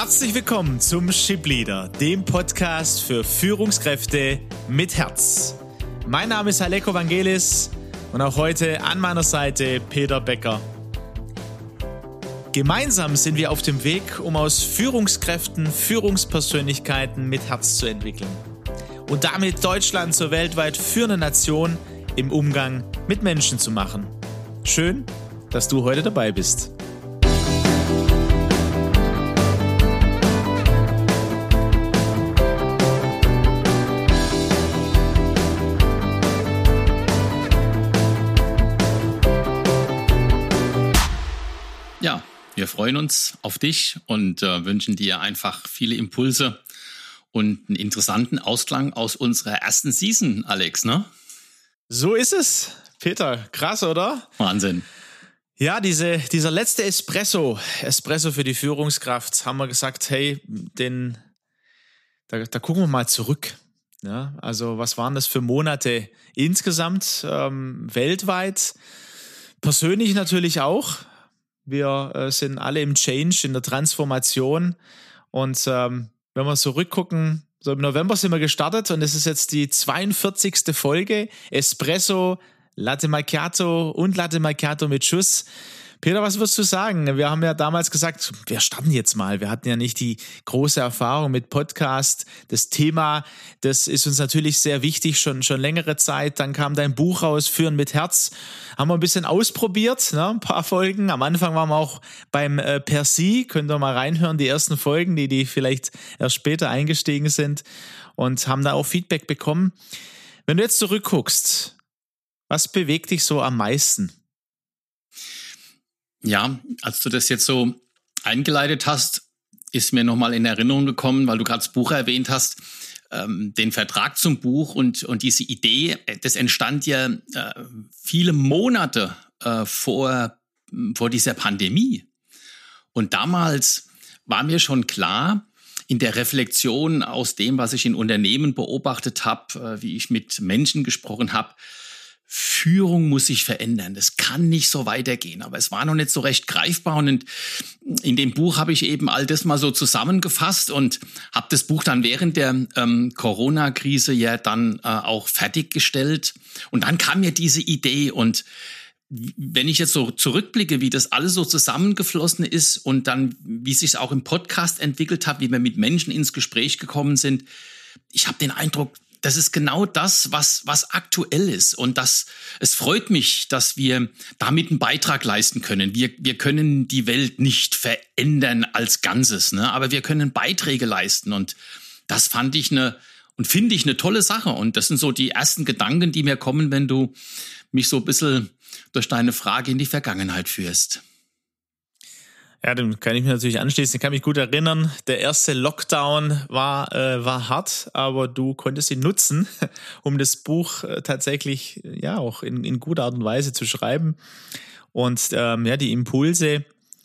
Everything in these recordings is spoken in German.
Herzlich willkommen zum Shipleader, dem Podcast für Führungskräfte mit Herz. Mein Name ist Aleko Vangelis und auch heute an meiner Seite Peter Becker. Gemeinsam sind wir auf dem Weg, um aus Führungskräften Führungspersönlichkeiten mit Herz zu entwickeln und damit Deutschland zur weltweit führenden Nation im Umgang mit Menschen zu machen. Schön, dass du heute dabei bist. Ja, wir freuen uns auf dich und wünschen dir einfach viele Impulse und einen interessanten Ausklang aus unserer ersten Season, Alex, ne? So ist es, Peter. Krass, oder? Wahnsinn. Ja, dieser letzte Espresso für die Führungskraft, haben wir gesagt, hey, da gucken wir mal zurück. Ja, also was waren das für Monate insgesamt, weltweit, persönlich natürlich auch. Wir sind alle im Change, in der Transformation und wenn wir zurückgucken, so im November sind wir gestartet und es ist jetzt die 42. Folge Espresso, Latte Macchiato und Latte Macchiato mit Schuss. Peter, was würdest du sagen? Wir haben ja damals gesagt, wir starten jetzt mal. Wir hatten ja nicht die große Erfahrung mit Podcast. Das Thema, das ist uns natürlich sehr wichtig, schon längere Zeit. Dann kam dein Buch raus, Führen mit Herz. Haben wir ein bisschen ausprobiert, ne? Ein paar Folgen. Am Anfang waren wir auch beim Per Sie. Könnt ihr mal reinhören, die ersten Folgen, die vielleicht erst später eingestiegen sind und haben da auch Feedback bekommen. Wenn du jetzt zurückguckst, was bewegt dich so am meisten? Ja, als du das jetzt so eingeleitet hast, ist mir nochmal in Erinnerung gekommen, weil du gerade das Buch erwähnt hast, den Vertrag zum Buch und diese Idee, das entstand ja viele Monate vor dieser Pandemie. Und damals war mir schon klar, in der Reflexion aus dem, was ich in Unternehmen beobachtet habe, wie ich mit Menschen gesprochen habe, Führung muss sich verändern. Das kann nicht so weitergehen. Aber es war noch nicht so recht greifbar. Und in dem Buch habe ich eben all das mal so zusammengefasst und habe das Buch dann während der Corona-Krise ja dann auch fertiggestellt. Und dann kam mir diese Idee. Und wenn ich jetzt so zurückblicke, wie das alles so zusammengeflossen ist und dann, wie es sich auch im Podcast entwickelt hat, wie wir mit Menschen ins Gespräch gekommen sind, ich habe den Eindruck, das ist genau das, was aktuell ist. Und es freut mich, dass wir damit einen Beitrag leisten können. Wir können die Welt nicht verändern als Ganzes, ne? Aber wir können Beiträge leisten. Und das finde ich eine tolle Sache. Und das sind so die ersten Gedanken, die mir kommen, wenn du mich so ein bisschen durch deine Frage in die Vergangenheit führst. Ja, dem kann ich mich natürlich anschließen. Ich kann mich gut erinnern, der erste Lockdown war hart, aber du konntest ihn nutzen, um das Buch tatsächlich ja auch in guter Art und Weise zu schreiben. Und die Impulse,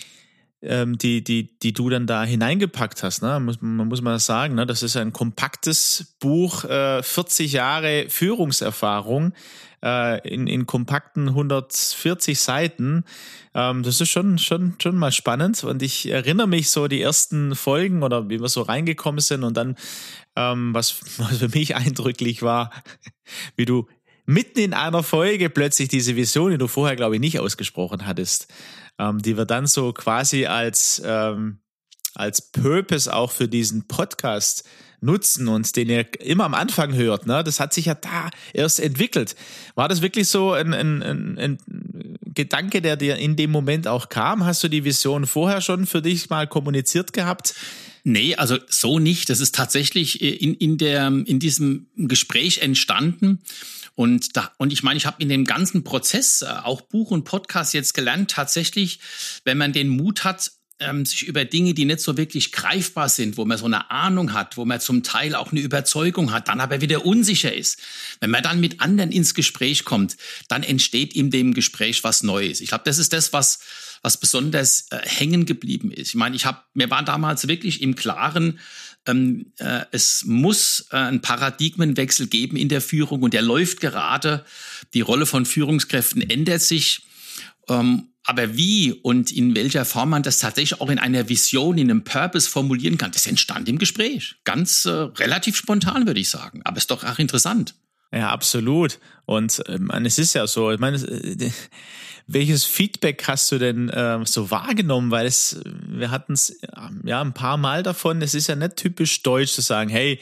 die du dann da hineingepackt hast, ne, muss man sagen, ne, das ist ein kompaktes Buch, 40 Jahre Führungserfahrung in kompakten 140 Seiten. Das ist schon mal spannend und ich erinnere mich so die ersten Folgen oder wie wir so reingekommen sind und dann, was für mich eindrücklich war, wie du mitten in einer Folge plötzlich diese Vision, die du vorher, glaube ich, nicht ausgesprochen hattest, die wir dann so quasi als Purpose auch für diesen Podcast nutzen und den ihr immer am Anfang hört, ne? Das hat sich ja da erst entwickelt. War das wirklich so ein Gedanke, der dir in dem Moment auch kam? Hast du die Vision vorher schon für dich mal kommuniziert gehabt? Nee, also so nicht. Das ist tatsächlich in diesem Gespräch entstanden. Und ich meine, ich habe in dem ganzen Prozess, auch Buch und Podcast jetzt gelernt, tatsächlich, wenn man den Mut hat, sich über Dinge, die nicht so wirklich greifbar sind, wo man so eine Ahnung hat, wo man zum Teil auch eine Überzeugung hat, dann aber wieder unsicher ist. Wenn man dann mit anderen ins Gespräch kommt, dann entsteht in dem Gespräch was Neues. Ich glaube, das ist das, was besonders hängen geblieben ist. Ich meine, mir war damals wirklich im Klaren, es muss einen Paradigmenwechsel geben in der Führung und der läuft gerade. Die Rolle von Führungskräften ändert sich. Aber wie und in welcher Form man das tatsächlich auch in einer Vision, in einem Purpose formulieren kann, das entstand im Gespräch. Ganz relativ spontan, würde ich sagen. Aber ist doch auch interessant. Ja, absolut. Und es ist ja so, ich meine, welches Feedback hast du denn so wahrgenommen? Weil wir hatten es ja ein paar Mal davon, es ist ja nicht typisch deutsch zu sagen, hey,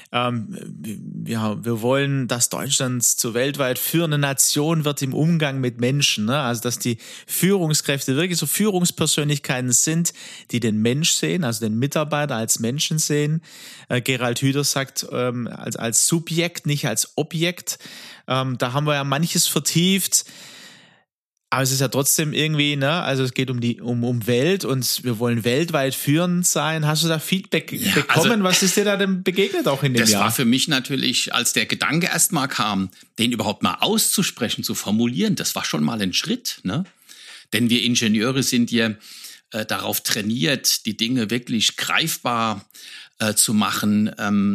wir wollen, dass Deutschland zur weltweit führende Nation wird im Umgang mit Menschen. Ne? Also, dass die Führungskräfte wirklich so Führungspersönlichkeiten sind, die den Mensch sehen, also den Mitarbeiter als Menschen sehen. Gerald Hüther sagt, als Subjekt, nicht als Objekt. Da haben wir ja manches vertieft. Aber es ist ja trotzdem irgendwie, ne, also es geht um Welt und wir wollen weltweit führend sein. Hast du da Feedback bekommen? Also, was ist dir da denn begegnet auch in dem Jahr? Das war für mich natürlich, als der Gedanke erstmal kam, den überhaupt mal auszusprechen, zu formulieren, das war schon mal ein Schritt, ne? Denn wir Ingenieure sind ja darauf trainiert, die Dinge wirklich greifbar zu machen,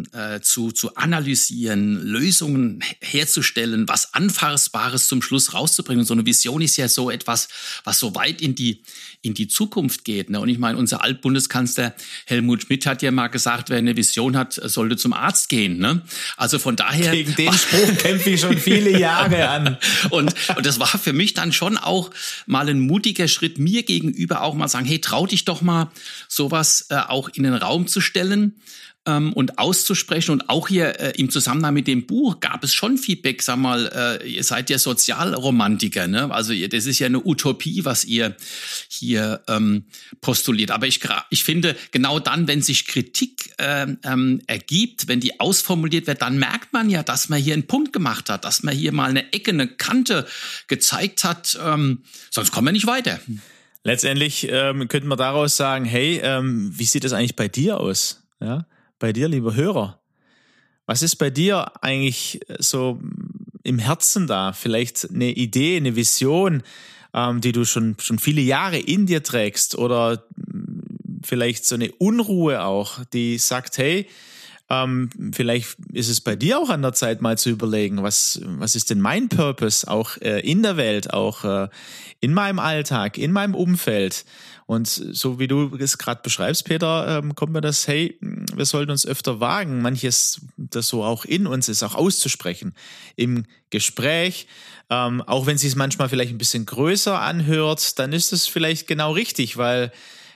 zu analysieren, Lösungen herzustellen, was Anfassbares zum Schluss rauszubringen. Und so eine Vision ist ja so etwas, was so weit in die Zukunft geht. Ne? Und ich meine, unser Altbundeskanzler Helmut Schmidt hat ja mal gesagt, wer eine Vision hat, sollte zum Arzt gehen. Ne? Also von daher... Gegen den Spruch kämpfe ich schon viele Jahre an. Und das war für mich dann schon auch mal ein mutiger Schritt mir gegenüber, auch mal sagen, hey, trau dich doch mal, sowas auch in den Raum zu stellen und auszusprechen. Und auch hier im Zusammenhang mit dem Buch gab es schon Feedback, sag mal, ihr seid ja Sozialromantiker, ne? Also das ist ja eine Utopie, was ihr hier postuliert. Aber ich finde, genau dann, wenn sich Kritik ergibt, wenn die ausformuliert wird, dann merkt man ja, dass man hier einen Punkt gemacht hat, dass man hier mal eine Ecke, eine Kante gezeigt hat, sonst kommen wir nicht weiter. Letztendlich könnte man daraus sagen, hey, wie sieht das eigentlich bei dir aus? Ja, bei dir, lieber Hörer. Was ist bei dir eigentlich so im Herzen da? Vielleicht eine Idee, eine Vision, die du schon viele Jahre in dir trägst, oder vielleicht so eine Unruhe auch, die sagt, hey, vielleicht ist es bei dir auch an der Zeit, mal zu überlegen, was ist denn mein Purpose auch in der Welt, auch in meinem Alltag, in meinem Umfeld. Und so wie du es gerade beschreibst, Peter, kommt mir das, hey, wir sollten uns öfter wagen, manches, das so auch in uns ist, auch auszusprechen. Im Gespräch, auch wenn es sich manchmal vielleicht ein bisschen größer anhört, dann ist es vielleicht genau richtig, weil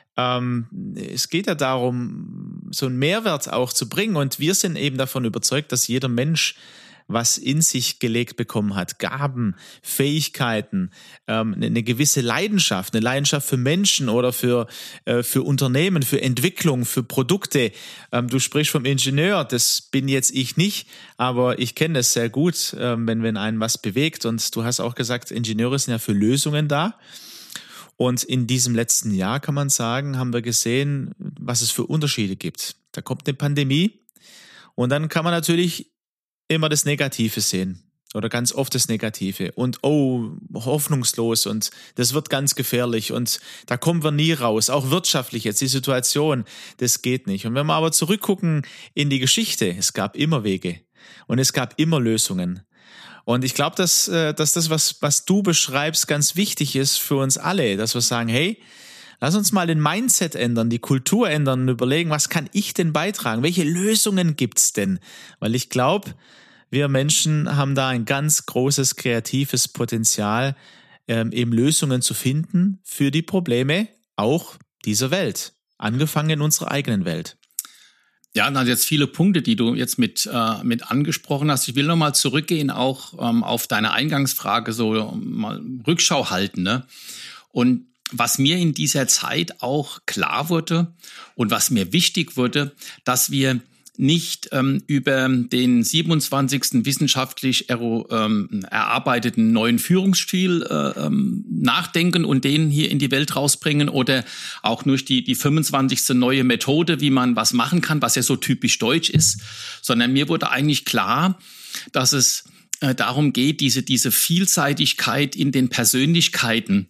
es geht ja darum, so einen Mehrwert auch zu bringen. Und wir sind eben davon überzeugt, dass jeder Mensch was in sich gelegt bekommen hat. Gaben, Fähigkeiten, eine gewisse Leidenschaft, eine Leidenschaft für Menschen oder für Unternehmen, für Entwicklung, für Produkte. Du sprichst vom Ingenieur, das bin jetzt ich nicht, aber ich kenne das sehr gut, wenn einen was bewegt. Und du hast auch gesagt, Ingenieure sind ja für Lösungen da. Und in diesem letzten Jahr, kann man sagen, haben wir gesehen, was es für Unterschiede gibt. Da kommt eine Pandemie und dann kann man natürlich immer das Negative sehen oder ganz oft das Negative und hoffnungslos und das wird ganz gefährlich und da kommen wir nie raus. Auch wirtschaftlich jetzt, die Situation, das geht nicht. Und wenn wir aber zurückgucken in die Geschichte, es gab immer Wege und es gab immer Lösungen. Und ich glaube, dass das, was du beschreibst, ganz wichtig ist für uns alle, dass wir sagen, hey, lass uns mal den Mindset ändern, die Kultur ändern und überlegen, was kann ich denn beitragen? Welche Lösungen gibt's denn? Weil ich glaube, wir Menschen haben da ein ganz großes kreatives Potenzial, eben Lösungen zu finden für die Probleme auch dieser Welt, angefangen in unserer eigenen Welt. Ja, dann jetzt viele Punkte, die du jetzt mit angesprochen hast. Ich will nochmal zurückgehen auch auf deine Eingangsfrage, so mal Rückschau halten, ne? Und was mir in dieser Zeit auch klar wurde und was mir wichtig wurde, dass wir nicht über den 27. wissenschaftlich erarbeiteten neuen Führungsstil nachdenken und den hier in die Welt rausbringen oder auch nur die 25. neue Methode, wie man was machen kann, was ja so typisch deutsch ist, sondern mir wurde eigentlich klar, dass es darum geht, diese Vielseitigkeit in den Persönlichkeiten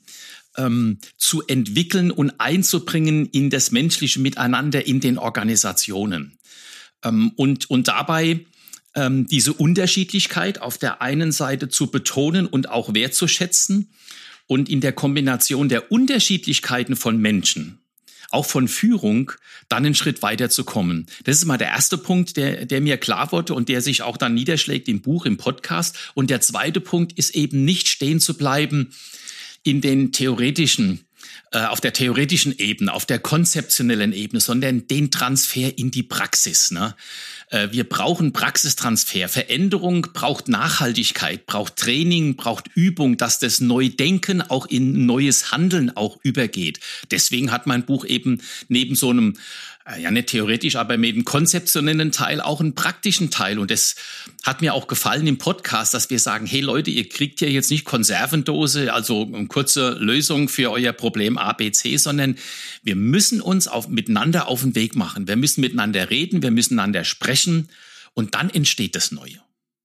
zu entwickeln und einzubringen in das menschliche Miteinander in den Organisationen. Und dabei diese Unterschiedlichkeit auf der einen Seite zu betonen und auch wertzuschätzen und in der Kombination der Unterschiedlichkeiten von Menschen, auch von Führung, dann einen Schritt weiter zu kommen. Das ist mal der erste Punkt, der mir klar wurde und der sich auch dann niederschlägt im Buch, im Podcast. Und der zweite Punkt ist eben nicht stehen zu bleiben in den auf der theoretischen Ebene, auf der konzeptionellen Ebene, sondern den Transfer in die Praxis. Ne? Wir brauchen Praxistransfer. Veränderung braucht Nachhaltigkeit, braucht Training, braucht Übung, dass das Neudenken auch in neues Handeln auch übergeht. Deswegen hat mein Buch eben neben so einem, ja nicht theoretisch, aber mit einem konzeptionellen Teil auch einen praktischen Teil. Und das hat mir auch gefallen im Podcast, dass wir sagen, hey Leute, ihr kriegt hier jetzt nicht Konservendose, also eine kurze Lösung für euer Problem A, B, C, sondern wir müssen uns miteinander auf den Weg machen. Wir müssen miteinander reden, wir müssen miteinander sprechen und dann entsteht das Neue.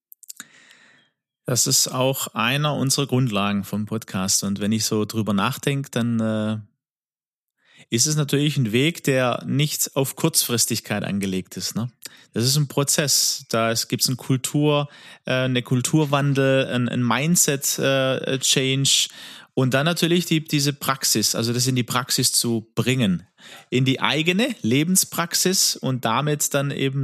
Das ist auch einer unserer Grundlagen vom Podcast. Und wenn ich so drüber nachdenke, dann ist es natürlich ein Weg, der nicht auf Kurzfristigkeit angelegt ist. Ne? Das ist ein Prozess. Da gibt es eine Kulturwandel, ein Mindset-Change und dann natürlich diese Praxis, also das in die Praxis zu bringen, in die eigene Lebenspraxis und damit dann eben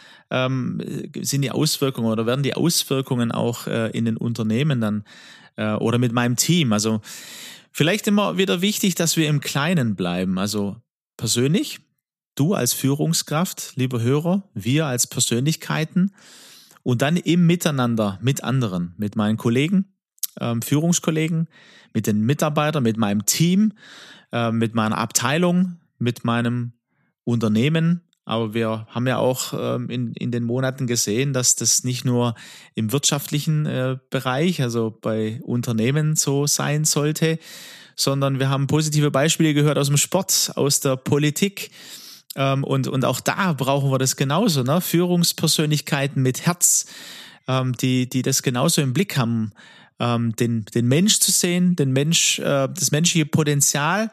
sind die Auswirkungen oder werden die Auswirkungen auch in den Unternehmen dann oder mit meinem Team. Also vielleicht immer wieder wichtig, dass wir im Kleinen bleiben, also persönlich, du als Führungskraft, lieber Hörer, wir als Persönlichkeiten und dann im Miteinander mit anderen, mit meinen Kollegen, Führungskollegen, mit den Mitarbeitern, mit meinem Team, mit meiner Abteilung, mit meinem Unternehmen. Aber wir haben ja auch in den Monaten gesehen, dass das nicht nur im wirtschaftlichen Bereich, also bei Unternehmen so sein sollte, sondern wir haben positive Beispiele gehört aus dem Sport, aus der Politik. Und auch da brauchen wir das genauso, ne? Führungspersönlichkeiten mit Herz, die das genauso im Blick haben, den Mensch zu sehen, das menschliche Potenzial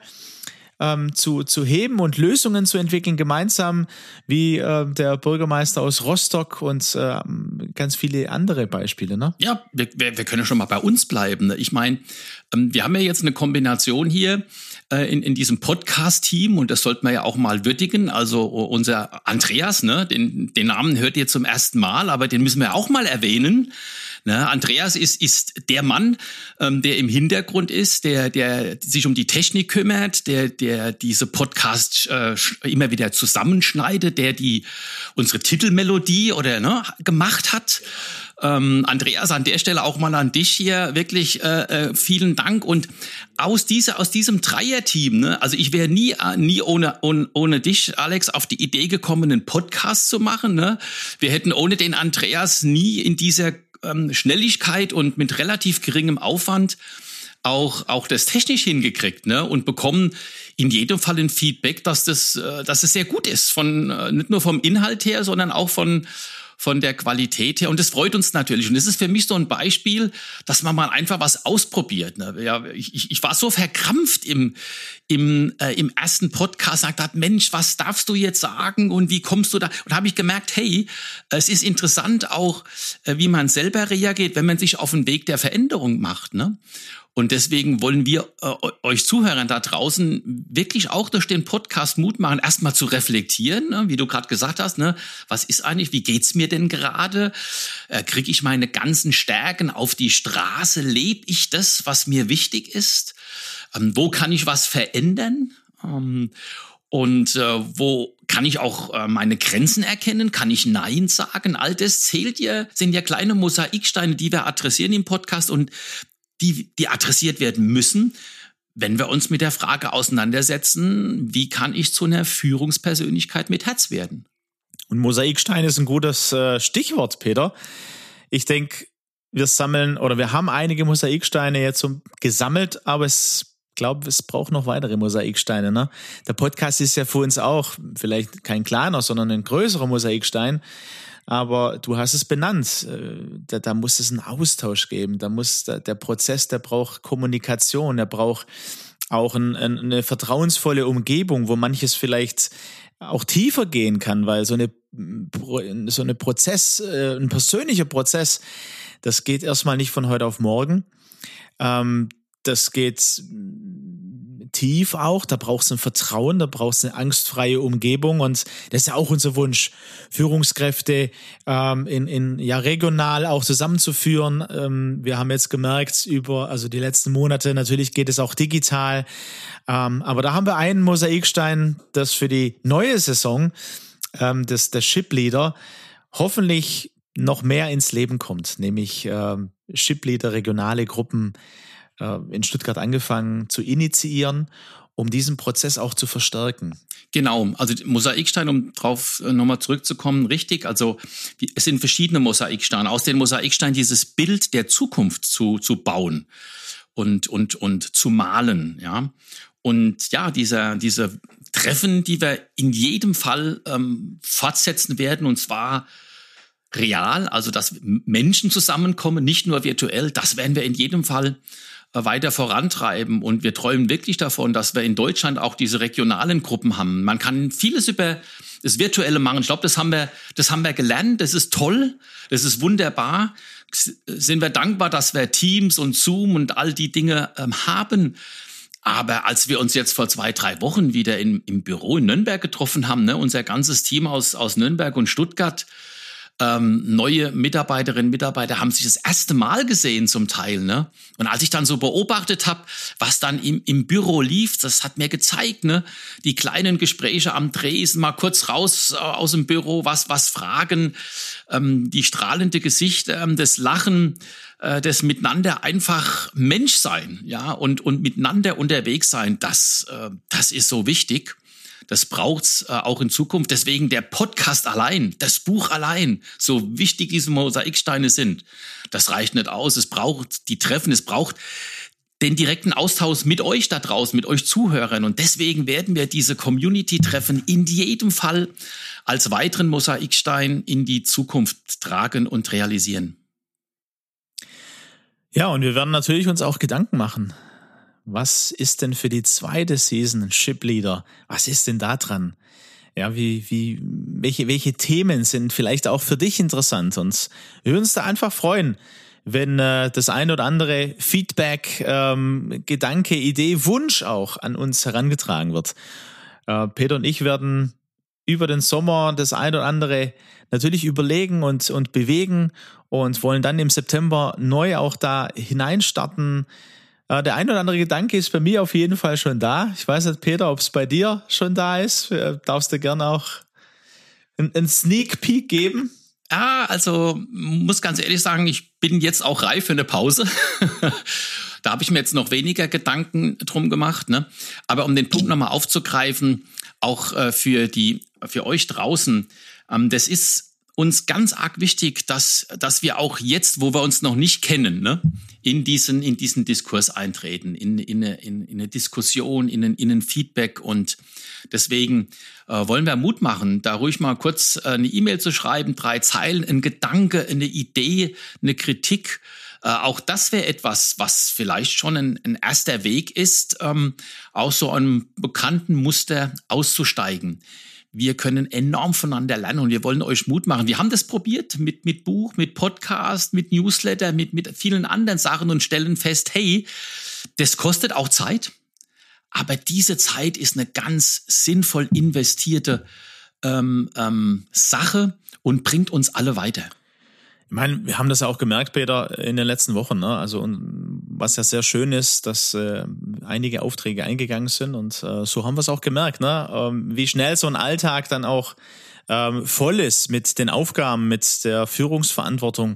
zu heben und Lösungen zu entwickeln, gemeinsam wie der Bürgermeister aus Rostock und ganz viele andere Beispiele. Ne? Ja, wir können ja schon mal bei uns bleiben. Ich meine, wir haben ja jetzt eine Kombination hier in diesem Podcast-Team und das sollten wir ja auch mal würdigen. Also unser Andreas, ne, den Namen hört ihr zum ersten Mal, aber den müssen wir auch mal erwähnen. Ne, Andreas ist der Mann, der im Hintergrund ist, der sich um die Technik kümmert, der diese Podcasts immer wieder zusammenschneidet, der unsere Titelmelodie gemacht hat. Andreas, an der Stelle auch mal an dich hier wirklich vielen Dank. Und aus diesem Dreierteam, ne, also ich wäre nie ohne dich, Alex, auf die Idee gekommen, einen Podcast zu machen. Ne? Wir hätten ohne den Andreas nie in dieser Schnelligkeit und mit relativ geringem Aufwand auch das technisch hingekriegt, ne, und bekommen in jedem Fall ein Feedback, dass es sehr gut ist, nicht nur vom Inhalt her, sondern auch von der Qualität her. Und das freut uns natürlich. Und das ist für mich so ein Beispiel, dass man mal einfach was ausprobiert. Ne? Ja, ich war so verkrampft im ersten Podcast, sagt hat, Mensch, was darfst du jetzt sagen und wie kommst du da? Und habe ich gemerkt, hey, es ist interessant auch, wie man selber reagiert, wenn man sich auf den Weg der Veränderung macht. Ne? Und deswegen wollen wir euch Zuhörern da draußen wirklich auch durch den Podcast Mut machen, erstmal zu reflektieren, ne? Wie du gerade gesagt hast, ne? Was ist eigentlich, wie geht's mir denn gerade? Kriege ich meine ganzen Stärken auf die Straße? Lebe ich das, was mir wichtig ist? Wo kann ich was verändern? Und wo kann ich auch meine Grenzen erkennen? Kann ich Nein sagen? All das sind ja kleine Mosaiksteine, die wir adressieren im Podcast und die adressiert werden müssen, wenn wir uns mit der Frage auseinandersetzen, wie kann ich zu einer Führungspersönlichkeit mit Herz werden? Und Mosaikstein ist ein gutes Stichwort, Peter. Ich denke, wir haben einige Mosaiksteine jetzt gesammelt, aber ich glaube, es braucht noch weitere Mosaiksteine. Ne? Der Podcast ist ja für uns auch vielleicht kein kleiner, sondern ein größerer Mosaikstein. Aber du hast es benannt, da muss es einen Austausch geben, der Prozess, der braucht Kommunikation, der braucht auch eine vertrauensvolle Umgebung, wo manches vielleicht auch tiefer gehen kann, weil so eine Prozess, ein persönlicher Prozess, das geht erstmal nicht von heute auf morgen. das geht tief auch, da braucht es ein Vertrauen, da braucht es eine angstfreie Umgebung und das ist ja auch unser Wunsch, Führungskräfte regional auch zusammenzuführen. Wir haben jetzt gemerkt also die letzten Monate, natürlich geht es auch digital, aber da haben wir einen Mosaikstein, das für die neue Saison, das Shipleader, hoffentlich noch mehr ins Leben kommt, nämlich Shipleader, regionale Gruppen in Stuttgart angefangen zu initiieren, um diesen Prozess auch zu verstärken. Genau, also Mosaikstein, um drauf nochmal zurückzukommen, richtig, also es sind verschiedene Mosaiksteine, aus den Mosaiksteinen dieses Bild der Zukunft zu bauen und zu malen, ja. Und ja, diese Treffen, die wir in jedem Fall fortsetzen werden, und zwar real, also dass Menschen zusammenkommen, nicht nur virtuell, das werden wir in jedem Fall weiter vorantreiben. Und wir träumen wirklich davon, dass wir in Deutschland auch diese regionalen Gruppen haben. Man kann vieles über das Virtuelle machen. Ich glaube, das haben wir gelernt. Das ist toll. Das ist wunderbar. Sind wir dankbar, dass wir Teams und Zoom und all die Dinge haben. Aber als wir uns jetzt vor 2-3 Wochen wieder im Büro in Nürnberg getroffen haben, ne, unser ganzes Team aus Nürnberg und Stuttgart, neue Mitarbeiterinnen und Mitarbeiter haben sich das erste Mal gesehen zum Teil, ne? Und als ich dann so beobachtet habe, was dann im Büro lief, das hat mir gezeigt, ne? Die kleinen Gespräche am Tresen, mal kurz raus aus dem Büro, was fragen, die strahlende Gesichter, das Lachen, das Miteinander einfach Mensch sein, ja, und miteinander unterwegs sein, das ist so wichtig. Das braucht's auch in Zukunft. Deswegen der Podcast allein, das Buch allein, so wichtig diese Mosaiksteine sind, das reicht nicht aus. Es braucht die Treffen, es braucht den direkten Austausch mit euch da draußen, mit euch Zuhörern. Und deswegen werden wir diese Community-Treffen in jedem Fall als weiteren Mosaikstein in die Zukunft tragen und realisieren. Ja, und wir werden natürlich uns auch Gedanken machen. Was ist denn für die zweite Season Shipleader? Was ist denn da dran? Ja, welche Themen sind vielleicht auch für dich interessant? Und wir würden uns da einfach freuen, wenn das ein oder andere Feedback, Gedanke, Idee, Wunsch auch an uns herangetragen wird. Peter und ich werden über den Sommer das ein oder andere natürlich überlegen und bewegen und wollen dann im September neu auch da hineinstarten. Der ein oder andere Gedanke ist bei mir auf jeden Fall schon da. Ich weiß nicht, Peter, ob es bei dir schon da ist. Darfst du gerne auch einen Sneak Peek geben? Ja, also muss ganz ehrlich sagen, ich bin jetzt auch reif für eine Pause. Da habe ich mir jetzt noch weniger Gedanken drum gemacht, ne? Aber um den Punkt nochmal aufzugreifen, auch für euch draußen, das ist uns ganz arg wichtig, dass wir auch jetzt, wo wir uns noch nicht kennen, ne, in diesen Diskurs eintreten, in eine Diskussion, in ein Feedback. Und deswegen wollen wir Mut machen, da ruhig mal kurz eine E-Mail zu schreiben, 3 Zeilen, ein Gedanke, eine Idee, eine Kritik. Auch das wäre etwas, was vielleicht schon ein erster Weg ist, aus so einem bekannten Muster auszusteigen. Wir können enorm voneinander lernen und wir wollen euch Mut machen. Wir haben das probiert mit Buch, mit Podcast, mit Newsletter, mit vielen anderen Sachen und stellen fest, hey, das kostet auch Zeit, aber diese Zeit ist eine ganz sinnvoll investierte Sache und bringt uns alle weiter. Ich meine, wir haben das ja auch gemerkt, Peter, in den letzten Wochen, ne? Also, und was ja sehr schön ist, dass einige Aufträge eingegangen sind und so haben wir es auch gemerkt, ne? Wie schnell so ein Alltag dann auch voll ist mit den Aufgaben, mit der Führungsverantwortung.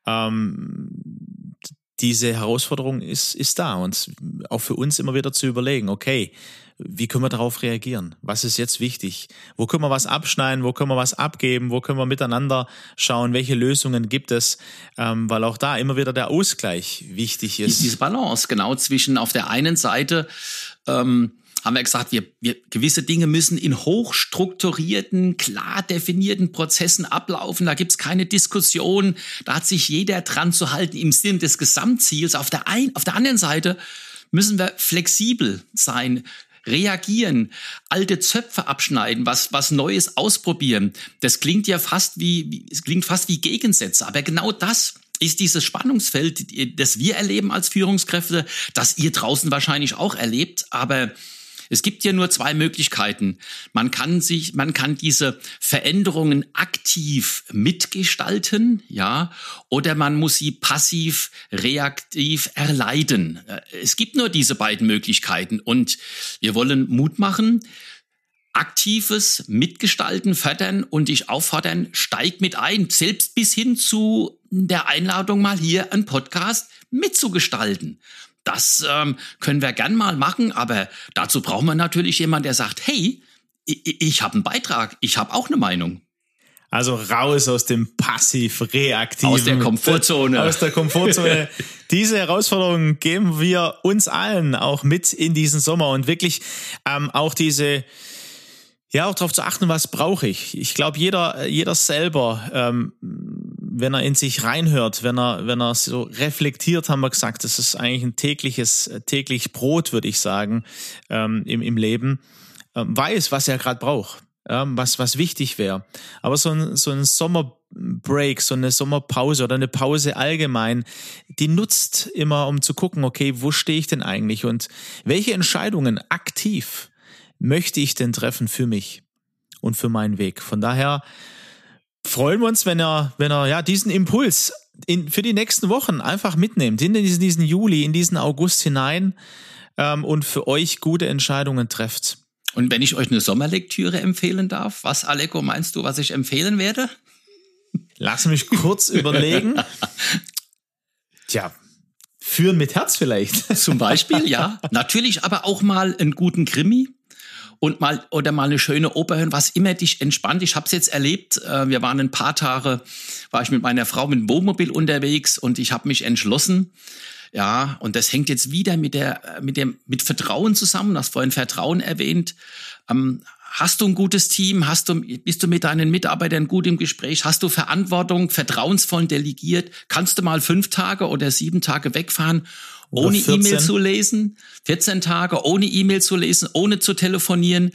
Diese Herausforderung ist da und auch für uns immer wieder zu überlegen, okay, wie können wir darauf reagieren? Was ist jetzt wichtig? Wo können wir was abschneiden? Wo können wir was abgeben? Wo können wir miteinander schauen? Welche Lösungen gibt es? Weil auch da immer wieder der Ausgleich wichtig ist. Diese Balance, genau, zwischen auf der einen Seite haben wir gesagt, wir gewisse Dinge müssen in hochstrukturierten, klar definierten Prozessen ablaufen. Da gibt's keine Diskussion. Da hat sich jeder dran zu halten im Sinne des Gesamtziels. Auf der anderen Seite müssen wir flexibel sein, reagieren, alte Zöpfe abschneiden, was Neues ausprobieren. Das klingt ja fast wie Gegensätze. Aber genau das ist dieses Spannungsfeld, das wir erleben als Führungskräfte, das ihr draußen wahrscheinlich auch erlebt, aber es gibt ja nur zwei Möglichkeiten. Man kann diese Veränderungen aktiv mitgestalten, ja, oder man muss sie passiv, reaktiv erleiden. Es gibt nur diese beiden Möglichkeiten und wir wollen Mut machen, aktives Mitgestalten, fördern und dich auffordern, steig mit ein, selbst bis hin zu der Einladung, mal hier einen Podcast mitzugestalten. Das können wir gern mal machen, aber dazu braucht man natürlich jemanden, der sagt, hey, ich habe einen Beitrag, ich habe auch eine Meinung. Also raus aus dem passiv-reaktiven. Aus der Komfortzone. Aus der Komfortzone. Diese Herausforderungen geben wir uns allen auch mit in diesen Sommer und wirklich auch auch darauf zu achten, was brauche ich. Ich glaube, jeder selber, wenn er in sich reinhört, wenn er so reflektiert, haben wir gesagt, das ist eigentlich ein täglich Brot, würde ich sagen, im Leben, weiß, was er gerade braucht, was wichtig wäre. Aber so ein Sommerbreak, so eine Sommerpause oder eine Pause allgemein, die nutzt immer, um zu gucken, okay, wo stehe ich denn eigentlich und welche Entscheidungen aktiv möchte ich denn treffen für mich und für meinen Weg. Von daher freuen wir uns, wenn er diesen Impuls für die nächsten Wochen einfach mitnimmt, in diesen Juli, in diesen August hinein und für euch gute Entscheidungen trefft. Und wenn ich euch eine Sommerlektüre empfehlen darf, was, Aleko, meinst du, was ich empfehlen werde? Lass mich kurz überlegen. Tja, Führen mit Herz vielleicht. Zum Beispiel, ja. Natürlich aber auch mal einen guten Krimi. Und mal eine schöne Oper hören, was immer dich entspannt. Ich habe es jetzt erlebt. Wir waren ein paar Tage, war ich mit meiner Frau mit dem Wohnmobil unterwegs und ich habe mich entschlossen. Ja, und das hängt jetzt wieder mit Vertrauen zusammen. Du hast vorhin Vertrauen erwähnt. Hast du ein gutes Team? Bist du mit deinen Mitarbeitern gut im Gespräch? Hast du Verantwortung, vertrauensvoll delegiert? Kannst du mal 5 Tage oder 7 Tage wegfahren? Ohne E-Mail zu lesen, 14 Tage ohne E-Mail zu lesen, ohne zu telefonieren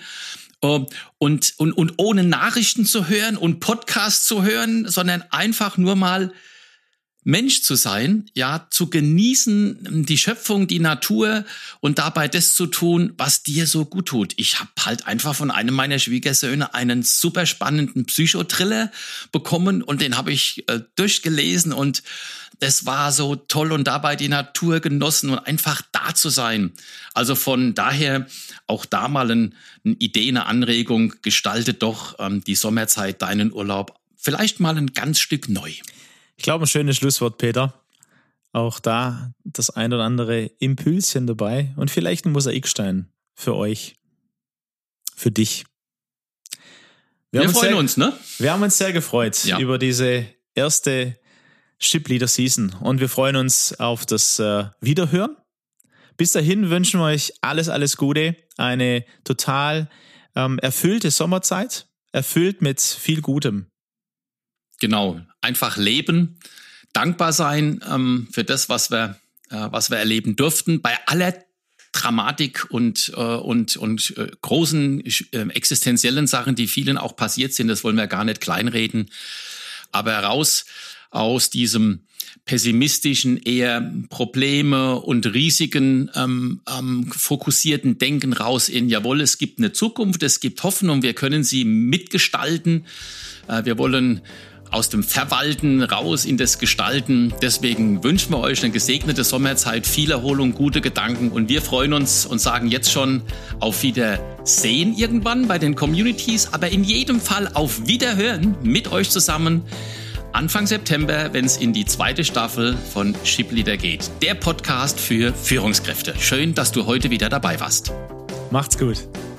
und ohne Nachrichten zu hören und Podcasts zu hören, sondern einfach nur mal Mensch zu sein, ja, zu genießen, die Schöpfung, die Natur und dabei das zu tun, was dir so gut tut. Ich habe halt einfach von einem meiner Schwiegersöhne einen super spannenden Psychotriller bekommen und den habe ich durchgelesen und das war so toll und dabei die Natur genossen und einfach da zu sein. Also von daher auch da mal eine Idee, eine Anregung, gestalte doch die Sommerzeit, deinen Urlaub vielleicht mal ein ganz Stück neu. Ich glaube, ein schönes Schlusswort, Peter. Auch da das ein oder andere Impulschen dabei und vielleicht ein Mosaikstein für euch, für dich. Wir freuen uns, ne? Wir haben uns sehr gefreut über diese erste Ship Leader Season und wir freuen uns auf das Wiederhören. Bis dahin wünschen wir euch alles Gute, eine total erfüllte Sommerzeit, erfüllt mit viel Gutem. Genau, einfach leben, dankbar sein für das, was wir erleben durften. Bei aller Dramatik und großen existenziellen Sachen, die vielen auch passiert sind, das wollen wir gar nicht kleinreden. Aber raus aus diesem pessimistischen, eher Probleme und Risiken fokussierten Denken raus in, jawohl, es gibt eine Zukunft, es gibt Hoffnung, wir können sie mitgestalten. Wir wollen aus dem Verwalten raus in das Gestalten. Deswegen wünschen wir euch eine gesegnete Sommerzeit, viel Erholung, gute Gedanken und wir freuen uns und sagen jetzt schon auf Wiedersehen irgendwann bei den Communities, aber in jedem Fall auf Wiederhören mit euch zusammen Anfang September, wenn es in die 2. Staffel von Ship Leader geht. Der Podcast für Führungskräfte. Schön, dass du heute wieder dabei warst. Macht's gut.